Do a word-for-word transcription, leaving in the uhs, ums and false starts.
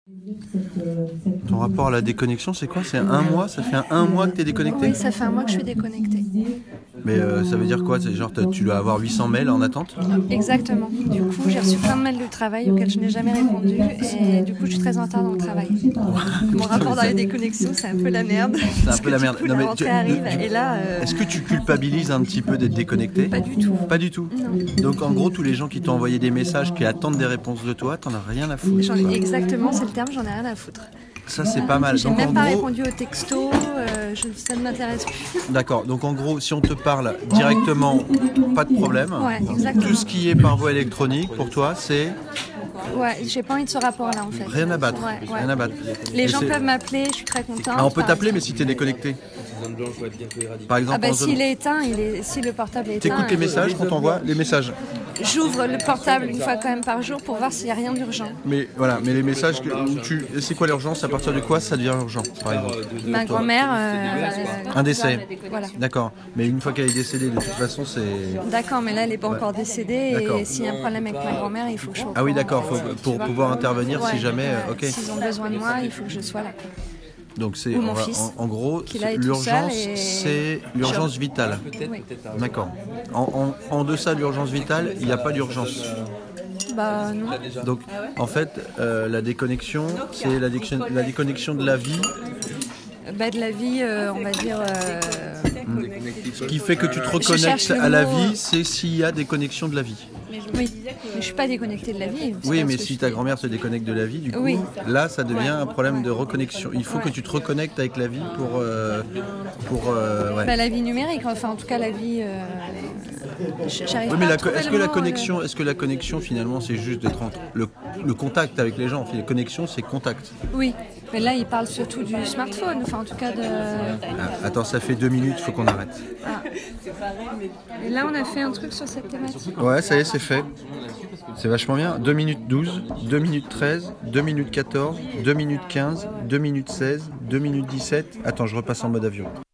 Ton rapport à la déconnexion, c'est quoi? C'est un mois? Ça fait un, un mois que tu es déconnecté? Oui, ça fait un mois que je suis déconnectée. Mais euh, ça veut dire quoi? C'est genre tu dois avoir huit cents mails en attente? Exactement. Du coup, j'ai reçu plein de mails de travail auxquels je n'ai jamais répondu et du coup, je suis très en retard dans le travail. Mon rapport dans les déconnexions, c'est un peu la merde. C'est un peu la merde. Du coup, Non, la mais rentrée tu- arrive tu- et là... euh, Est-ce que tu culpabilises un petit peu d'être déconnecté? Pas du tout. Pas du tout. Non. Donc en gros, tous les gens qui t'ont envoyé des messages, qui attendent des réponses de toi, t'en as rien à foutre. J'en ai exactement, c'est le terme, j'en ai rien à foutre. Ça, c'est pas mal. J'ai Donc en même pas gros, répondu aux textos, euh, je, ça ne m'intéresse plus. d'accord. Donc en gros, si on te parle directement, pas de problème. Ouais, exactement. Tout ce qui est par voie électronique, pour toi, c'est Ouais, j'ai pas envie de ce rapport-là en fait. rien à battre. Ouais, ouais. Rien à battre. Les Et gens c'est- peuvent m'appeler, je suis très contente. Ah, on peut par t'appeler, mais exemple. si t'es déconnecté. Par exemple, Ah bah en zone- s'il est éteint, il est... si le portable est éteint... t'écoutes les messages qu'on t'envoie, les messages. J'ouvre le portable une fois quand même par jour pour voir s'il n'y a rien d'urgent. Mais voilà, mais les messages, que, où tu, c'est quoi l'urgence? À partir de quoi ça devient urgent, par exemple? Ma grand-mère... euh, Un décès. Voilà. D'accord. Mais une fois qu'elle est décédée, de toute façon, c'est. D'accord, mais là elle n'est pas encore décédée D'accord. et s'il y a un problème avec ma grand-mère, il faut que je sois au Ah oui, courant. d'accord. Faut- pour pouvoir intervenir, si Ouais, jamais. euh, ouais. Ok. S'ils ont besoin de moi, il faut que je sois là. Donc c'est Ou mon on va- fils, en, en gros, qui là est tout l'urgence, seul et- c'est l'urgence vitale. Oui. D'accord. En, en, en deçà de l'urgence vitale, il n'y a pas d'urgence. Bah non. Donc, en fait, euh, la déconnexion, c'est la, déconnexion- la déconnexion de la vie, Bah de la vie, euh, on va dire... euh, ce qui fait que tu te cherche reconnectes le à la mot. vie, c'est s'il y a déconnexion de la vie. Oui, mais je suis pas déconnectée de la vie. c'est Oui, pas mais ce que si je ta fais. grand-mère se déconnecte de la vie, du coup, Oui. là, ça devient un problème de Ouais. reconnexion. Il faut que Ouais. tu te reconnectes avec la vie pour... euh, pour euh, ouais. Bah, la vie numérique, enfin en tout cas la vie... euh, J'arrive Oui, pas mais à la- trouver est-ce le que la mot, connexion, euh, est-ce que la connexion finalement c'est juste d'être en le, le contact avec les gens? La connexion c'est contact. Oui, mais là il parle surtout du smartphone, enfin en tout cas de... Ah, attends, ça fait deux minutes, faut qu'on arrête. Ah. Et là on a fait un truc sur cette thématique. Ouais, ça y est, c'est fait. C'est vachement bien. deux minutes douze, deux minutes treize, deux minutes quatorze, deux minutes quinze, deux minutes seize, deux minutes dix-sept. Attends, je repasse en mode avion.